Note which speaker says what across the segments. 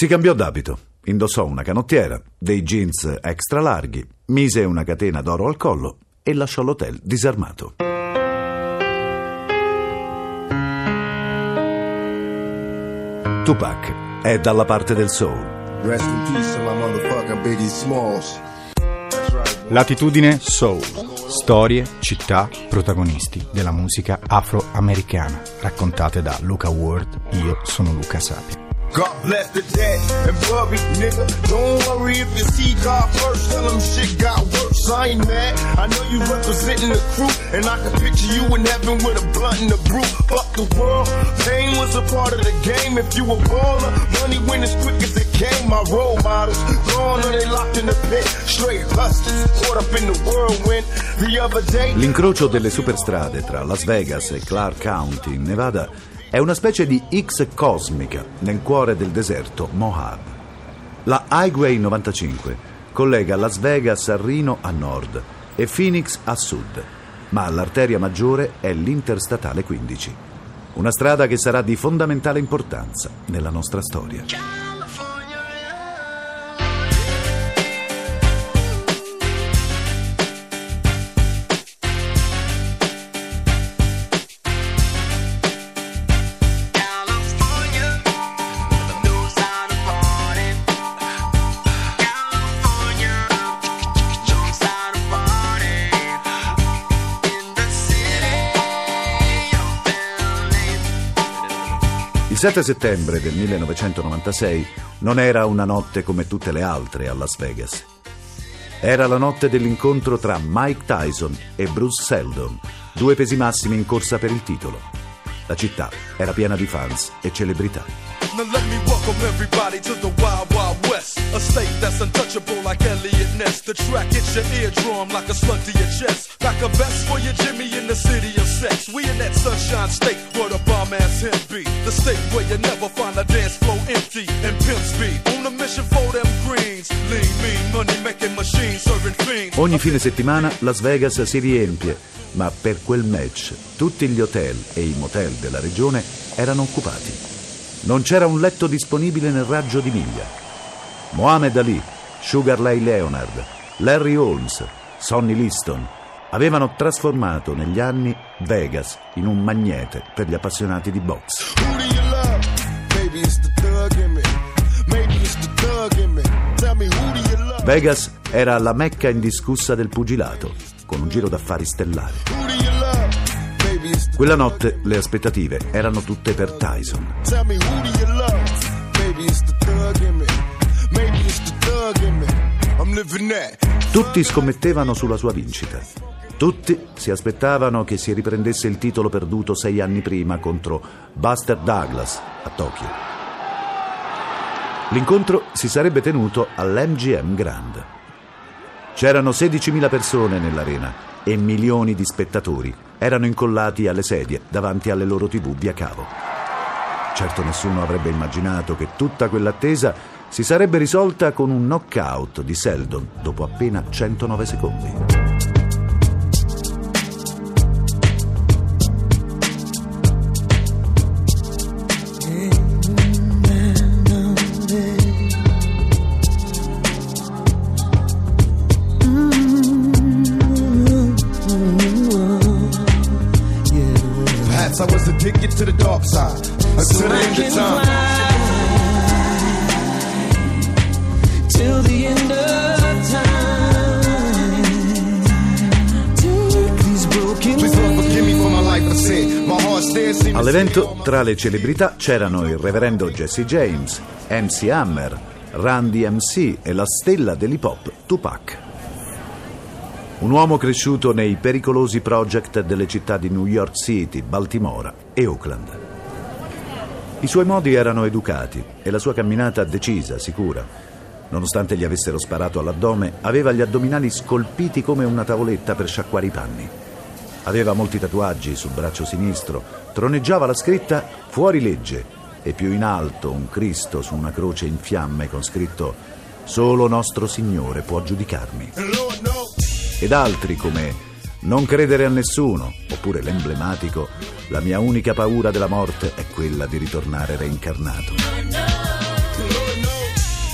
Speaker 1: Si cambiò d'abito, indossò una canottiera, dei jeans extra larghi, mise una catena d'oro al collo e lasciò l'hotel disarmato. Tupac è dalla parte del soul.
Speaker 2: Rest in peace to my motherfucking Biggie Smalls.
Speaker 3: Latitudine Soul. Storie, città, protagonisti della musica afroamericana, raccontate da Luca Ward. Io sono Luca Sapia.
Speaker 2: God bless the dead and buried, nigga. Don't worry if you see God first. Tell him shit got worse. I ain't mad. I know you representing the crew, and I can picture you in heaven with a blunt and a brew. Fuck the world. Pain was a part of the game. If you a baller, money went as quick as it came. My role models gone or they locked in the pit. Straight hustlers caught up in the whirlwind. The other day.
Speaker 1: L'incrocio delle superstrade tra Las Vegas e Clark County in Nevada è una specie di X cosmica nel cuore del deserto Mojave. La Highway 95 collega Las Vegas a Reno a nord e Phoenix a sud, ma l'arteria maggiore è l'Interstatale 15, una strada che sarà di fondamentale importanza nella nostra storia. Il 7 settembre del 1996 non era una notte come tutte le altre a Las Vegas. Era la notte dell'incontro tra Mike Tyson e Bruce Seldon, due pesi massimi in corsa per il titolo. La città era piena di fans e celebrità.
Speaker 4: Now let me welcome everybody to the Wild Wild West, a state that's untouchable like Elliot Ness. The track hits your eardrum like a slug to your chest. Pack a vest for your Jimmy in the city of sex. We in that sunshine state where the bomb ass him be. The state where you never find a dance floor empty and pimps be on a mission for them greens. Lean, mean, money making machines serving fiends.
Speaker 1: Ogni fine settimana Las Vegas si riempie, ma per quel match tutti gli hotel e i motel della regione erano occupati. Non c'era un letto disponibile nel raggio di miglia. Muhammad Ali, Sugar Ray Leonard, Larry Holmes, Sonny Liston avevano trasformato negli anni Vegas in un magnete per gli appassionati di box. Vegas era la mecca indiscussa del pugilato, con un giro d'affari stellare. Quella notte le aspettative erano tutte per Tyson. Tutti scommettevano sulla sua vincita. Tutti si aspettavano che si riprendesse il titolo perduto 6 anni prima contro Buster Douglas a Tokyo. L'incontro si sarebbe tenuto all'MGM Grand. C'erano 16.000 persone nell'arena e milioni di spettatori erano incollati alle sedie davanti alle loro TV via cavo. Certo nessuno avrebbe immaginato che tutta quell'attesa si sarebbe risolta con un knockout di Seldon dopo appena 109 secondi.
Speaker 2: I was addicted to the dark side until the end of time. Till the end of time. Please Lord forgive me for my life I sin. My heart stands.
Speaker 1: All'evento, tra le celebrità, c'erano il reverendo Jesse James, MC Hammer, Run DMC e la stella dell'hip hop Tupac. Un uomo cresciuto nei pericolosi project delle città di New York City, Baltimora e Oakland. I suoi modi erano educati e la sua camminata decisa, sicura. Nonostante gli avessero sparato all'addome, aveva gli addominali scolpiti come una tavoletta per sciacquare i panni. Aveva molti tatuaggi sul braccio sinistro, troneggiava la scritta "Fuori legge" e più in alto un Cristo su una croce in fiamme con scritto "Solo nostro Signore può giudicarmi". Ed altri come "Non credere a nessuno", oppure l'emblematico "La mia unica paura della morte è quella di ritornare reincarnato".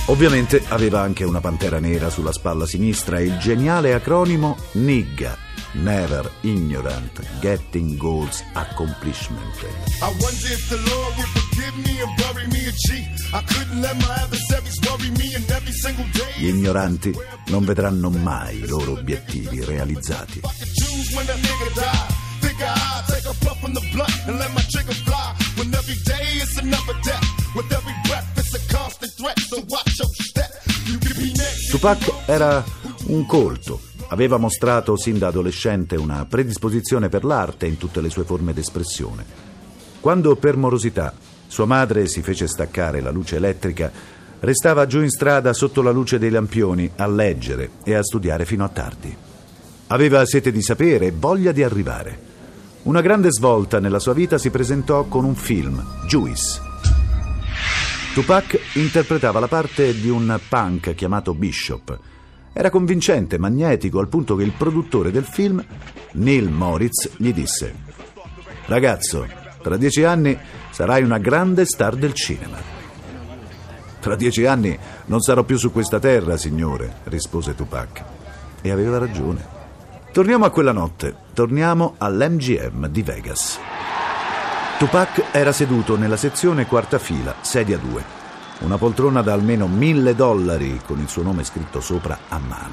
Speaker 1: Ovviamente aveva anche una pantera nera sulla spalla sinistra e il geniale acronimo NIGA, Never Ignorant Getting Goals Accomplishment.
Speaker 2: I wonder if the Lord would forgive me and bury me a G. I couldn't let my adversaries worry me in every single day.
Speaker 1: Gli ignoranti non vedranno mai i loro obiettivi realizzati.
Speaker 2: I could choose when a nigga die. Think I take a puff from the blunt and let my trigger fly. When every day is another death. With every breath it's a constant threat. So watch your step. You could be next.
Speaker 1: Tupac era un colto. Aveva mostrato sin da adolescente una predisposizione per l'arte in tutte le sue forme d'espressione. Quando per morosità sua madre si fece staccare la luce elettrica, restava giù in strada sotto la luce dei lampioni a leggere e a studiare fino a tardi. Aveva sete di sapere e voglia di arrivare. Una grande svolta nella sua vita si presentò con un film, Juice. Tupac interpretava la parte di un punk chiamato Bishop. Era convincente, magnetico, al punto che il produttore del film, Neil Moritz, gli disse: «Ragazzo, tra 10 anni sarai una grande star del cinema». «Tra 10 anni non sarò più su questa terra, signore», rispose Tupac. E aveva ragione. Torniamo a quella notte, torniamo all'MGM di Vegas. Tupac era seduto nella sezione quarta fila, sedia 2. Una poltrona da almeno $1.000 con il suo nome scritto sopra a mano.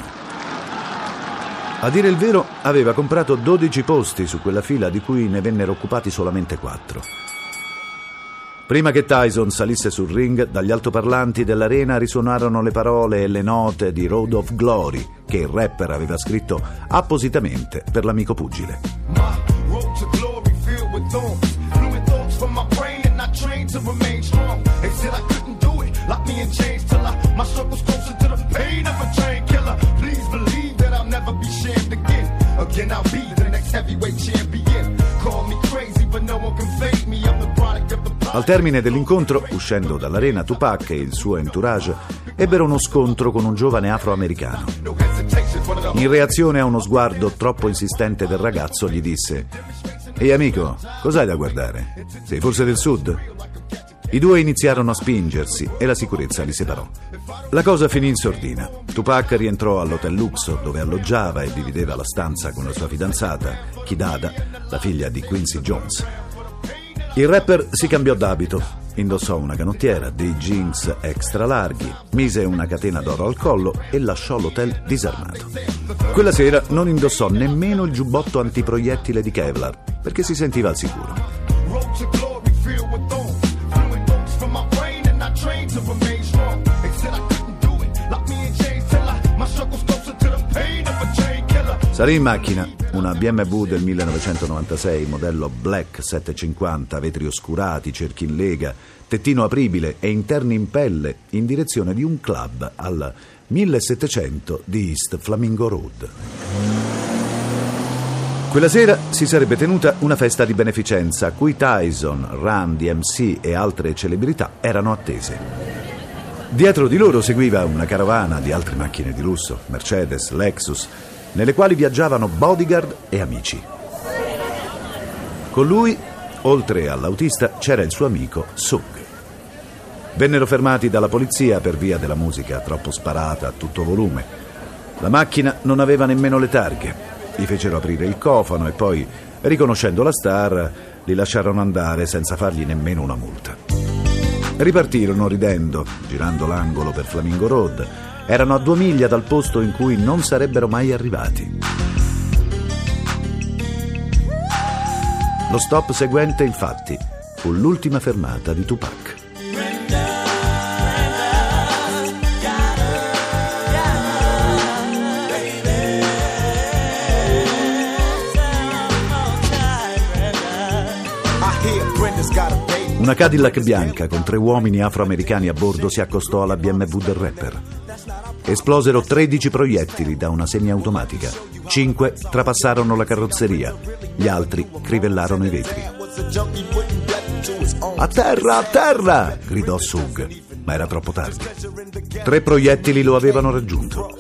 Speaker 1: A dire il vero, aveva comprato 12 posti su quella fila, di cui ne vennero occupati solamente 4. Prima che Tyson salisse sul ring, dagli altoparlanti dell'arena risuonarono le parole e le note di Road of Glory che il rapper aveva scritto appositamente per l'amico pugile.
Speaker 2: My road to glory filled with thorns. Fluid thoughts from my brain and I trained to remain strong. They said I couldn't do it. Lock me in chains till my circle's closer to the pain of a train killer. Please believe that I'll never be shamed again. Again I'll be the next heavyweight champion. Call me crazy but no one can fake me. I'm the product of the product.
Speaker 1: Al termine dell'incontro, uscendo dall'arena, Tupac e il suo entourage ebbero uno scontro con un giovane afroamericano.
Speaker 2: No hesitation for the
Speaker 1: In reazione a uno sguardo troppo insistente del ragazzo, gli disse: «Ehi amico, cos'hai da guardare? Sei forse del sud?» I due iniziarono a spingersi e la sicurezza li separò. La cosa finì in sordina. Tupac rientrò all'Hotel Luxor, dove alloggiava e divideva la stanza con la sua fidanzata, Kidada, la figlia di Quincy Jones. Il rapper si cambiò d'abito, indossò una canottiera, dei jeans extra larghi, mise una catena d'oro al collo e lasciò l'hotel disarmato. Quella sera non indossò nemmeno il giubbotto antiproiettile di Kevlar, perché si sentiva al sicuro.
Speaker 2: road to glory filled with thorns. Fluid thoughts from my brain and I trained to remain strong. They said I couldn't do it. Lock me in chains till my circle's closer to the pain of a chain killer.
Speaker 1: Salì in macchina, una BMW del 1996, modello Black 750, vetri oscurati, cerchi in lega, tettino apribile e interni in pelle, in direzione di un club al 1700 di East Flamingo Road. Quella sera si sarebbe tenuta una festa di beneficenza a cui Tyson, Run DMC e altre celebrità erano attese. Dietro di loro seguiva una carovana di altre macchine di lusso, Mercedes, Lexus, nelle quali viaggiavano bodyguard e amici. Con lui, oltre all'autista, c'era il suo amico Sug. Vennero fermati dalla polizia per via della musica troppo sparata a tutto volume. La macchina non aveva nemmeno le targhe. Gli fecero aprire il cofano e poi, riconoscendo la star, li lasciarono andare senza fargli nemmeno una multa. Ripartirono ridendo, girando l'angolo per Flamingo Road. Erano a 2 miglia dal posto in cui non sarebbero mai arrivati. Lo stop seguente, infatti, fu l'ultima fermata di Tupac. Una Cadillac bianca con 3 uomini afroamericani a bordo si accostò alla BMW del rapper. Esplosero 13 proiettili da una semiautomatica. 5 trapassarono la carrozzeria. Gli altri crivellarono i vetri. «A terra, a terra!» gridò Sug, ma era troppo tardi. 3 proiettili lo avevano raggiunto.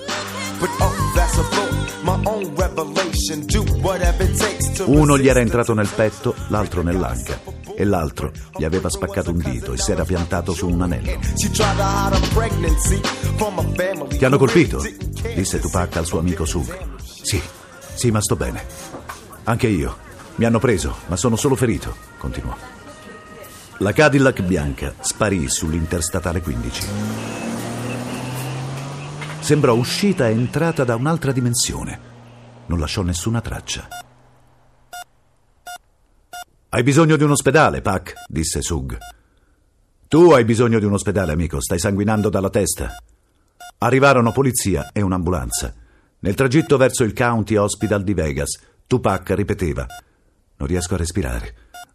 Speaker 1: Uno gli era entrato nel petto, l'altro nell'anca. e l'altro gli aveva spaccato un dito e si era piantato su un anello. Ti hanno colpito? Disse Tupac al suo amico Sug. Sì, ma sto bene. Anche io. Mi hanno preso, ma sono solo ferito, continuò. La Cadillac bianca sparì sull'Interstatale 15. Sembrò uscita e entrata da un'altra dimensione. Non lasciò nessuna traccia. Hai bisogno di un ospedale, Pac, disse Sug. Tu hai bisogno di un ospedale, amico, stai sanguinando dalla testa. Arrivarono polizia e un'ambulanza. Nel tragitto verso il County Hospital di Vegas, Tupac ripeteva: non riesco a respirare.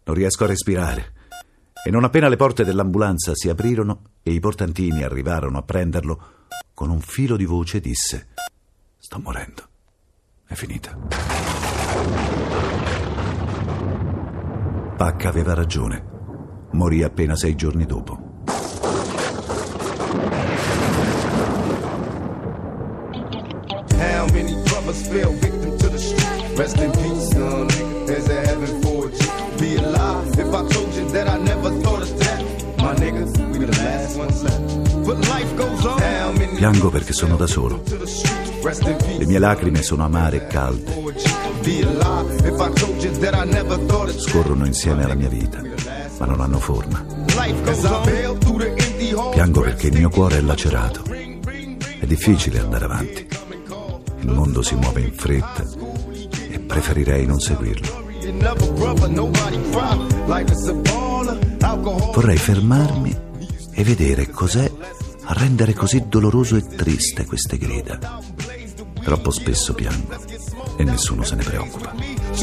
Speaker 1: E non appena le porte dell'ambulanza si aprirono e i portantini arrivarono a prenderlo, con un filo di voce disse: sto morendo. È finita. Pac aveva ragione. Morì appena 6 giorni dopo.
Speaker 2: How many brothers fell victim to the street? Rest in peace, young nigga. There's a heaven for you. Be alive if I told you that I never thought of death. My niggas, we the last ones left. But life goes on.
Speaker 1: Piango perché sono da solo. Le mie lacrime sono amare e calde. Scorrono insieme alla mia vita, ma non hanno forma. Piango perché il mio cuore è lacerato. È difficile andare avanti. Il mondo si muove in fretta e preferirei non seguirlo. Vorrei fermarmi e vedere cos'è a rendere così doloroso e triste queste grida. Troppo spesso piango e nessuno se ne preoccupa.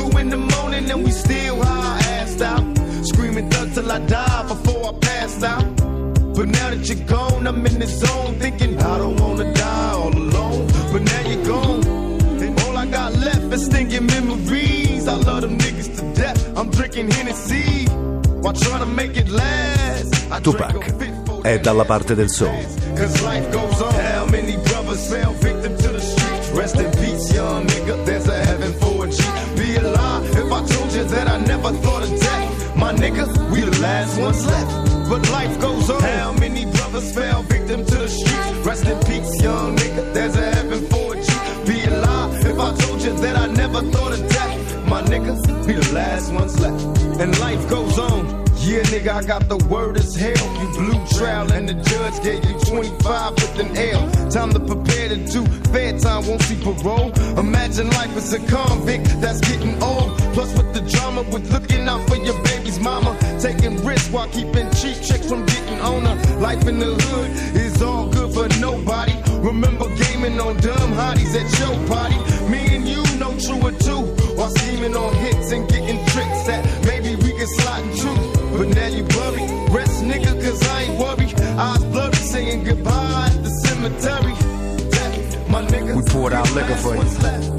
Speaker 1: But now that you're gone, I'm in the zone thinking I don't wanna die all alone. But now you're gone, and all I got left is stinging memories. I love them niggas to death. I'm drinking Hennessy while trying to make it last. Tupac è dalla parte del soul. Cause life goes on. How many brothers fell victim to the streets? Rest in peace, young nigga. There's a heaven for a G. Be alive if I told you that I never thought of death. My nigga, we the last ones left. But life goes on. How many brothers fell victim to the streets? Rest in peace, young nigga. There's a heaven for a G. Be alive if I told you that I never thought of death. My niggas, we the last ones left. And life goes on. Yeah, nigga, I got the word as hell. You blew trial and the judge gave you 25 with an L. Time to prepare to do fair time, won't see parole. Imagine life as a convict that's getting old. Plus with the drama, with looking out for your baby's mama. Taking risks while keeping cheap chicks from getting on her. Life in the hood is all good for nobody. Remember gaming on dumb hotties at your party. Me and you know true or two. While scheming on hits and getting tricks that maybe we can slide in truth. But now you worry, rest nigga, cause I ain't worried. Eyes blurry, saying goodbye at the cemetery. We poured out liquor for you.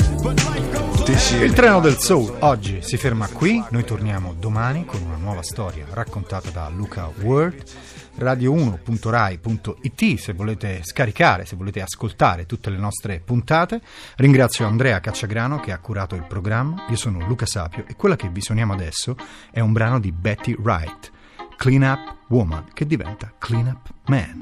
Speaker 3: Il treno del soul oggi si ferma qui. Noi torniamo domani con una nuova storia raccontata da Luca Ward. radio1.rai.it se volete scaricare, se volete ascoltare tutte le nostre puntate. Ringrazio Andrea Cacciagrano che ha curato il programma. Io sono Luca Sapio e quella che vi suoniamo adesso è un brano di Betty Wright, Clean Up Woman, che diventa Clean Up Man.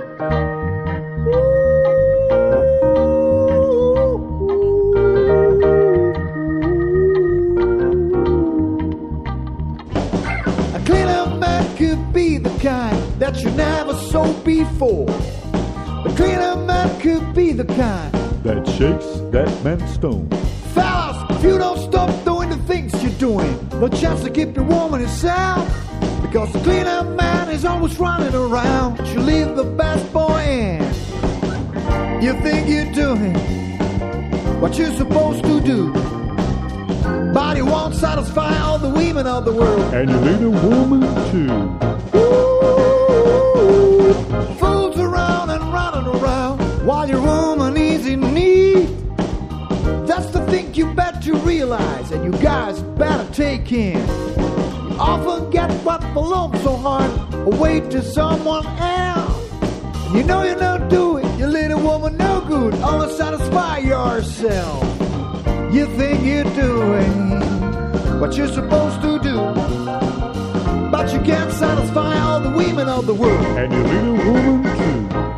Speaker 5: Kind that you never saw before. The cleaner man could be the kind
Speaker 6: that shakes that man's stone.
Speaker 5: Fellas, if you don't stop doing the things you're doing, no chance to keep your woman yourself. Because the cleaner man is always running around. You leave the best boy in. You think you're doing what you're supposed to do. Body won't satisfy all the women of the world.
Speaker 6: And you need a woman too.
Speaker 5: Fools around and running around while your woman is in need. That's the thing you better realize, and you guys better take in. You often get what belongs so hard away to someone else. You know you don't do it, you little woman no good, only satisfy yourself. You think you're doing what you're supposed to do. but you can't satisfy all the women of the world.
Speaker 6: And you need a woman too.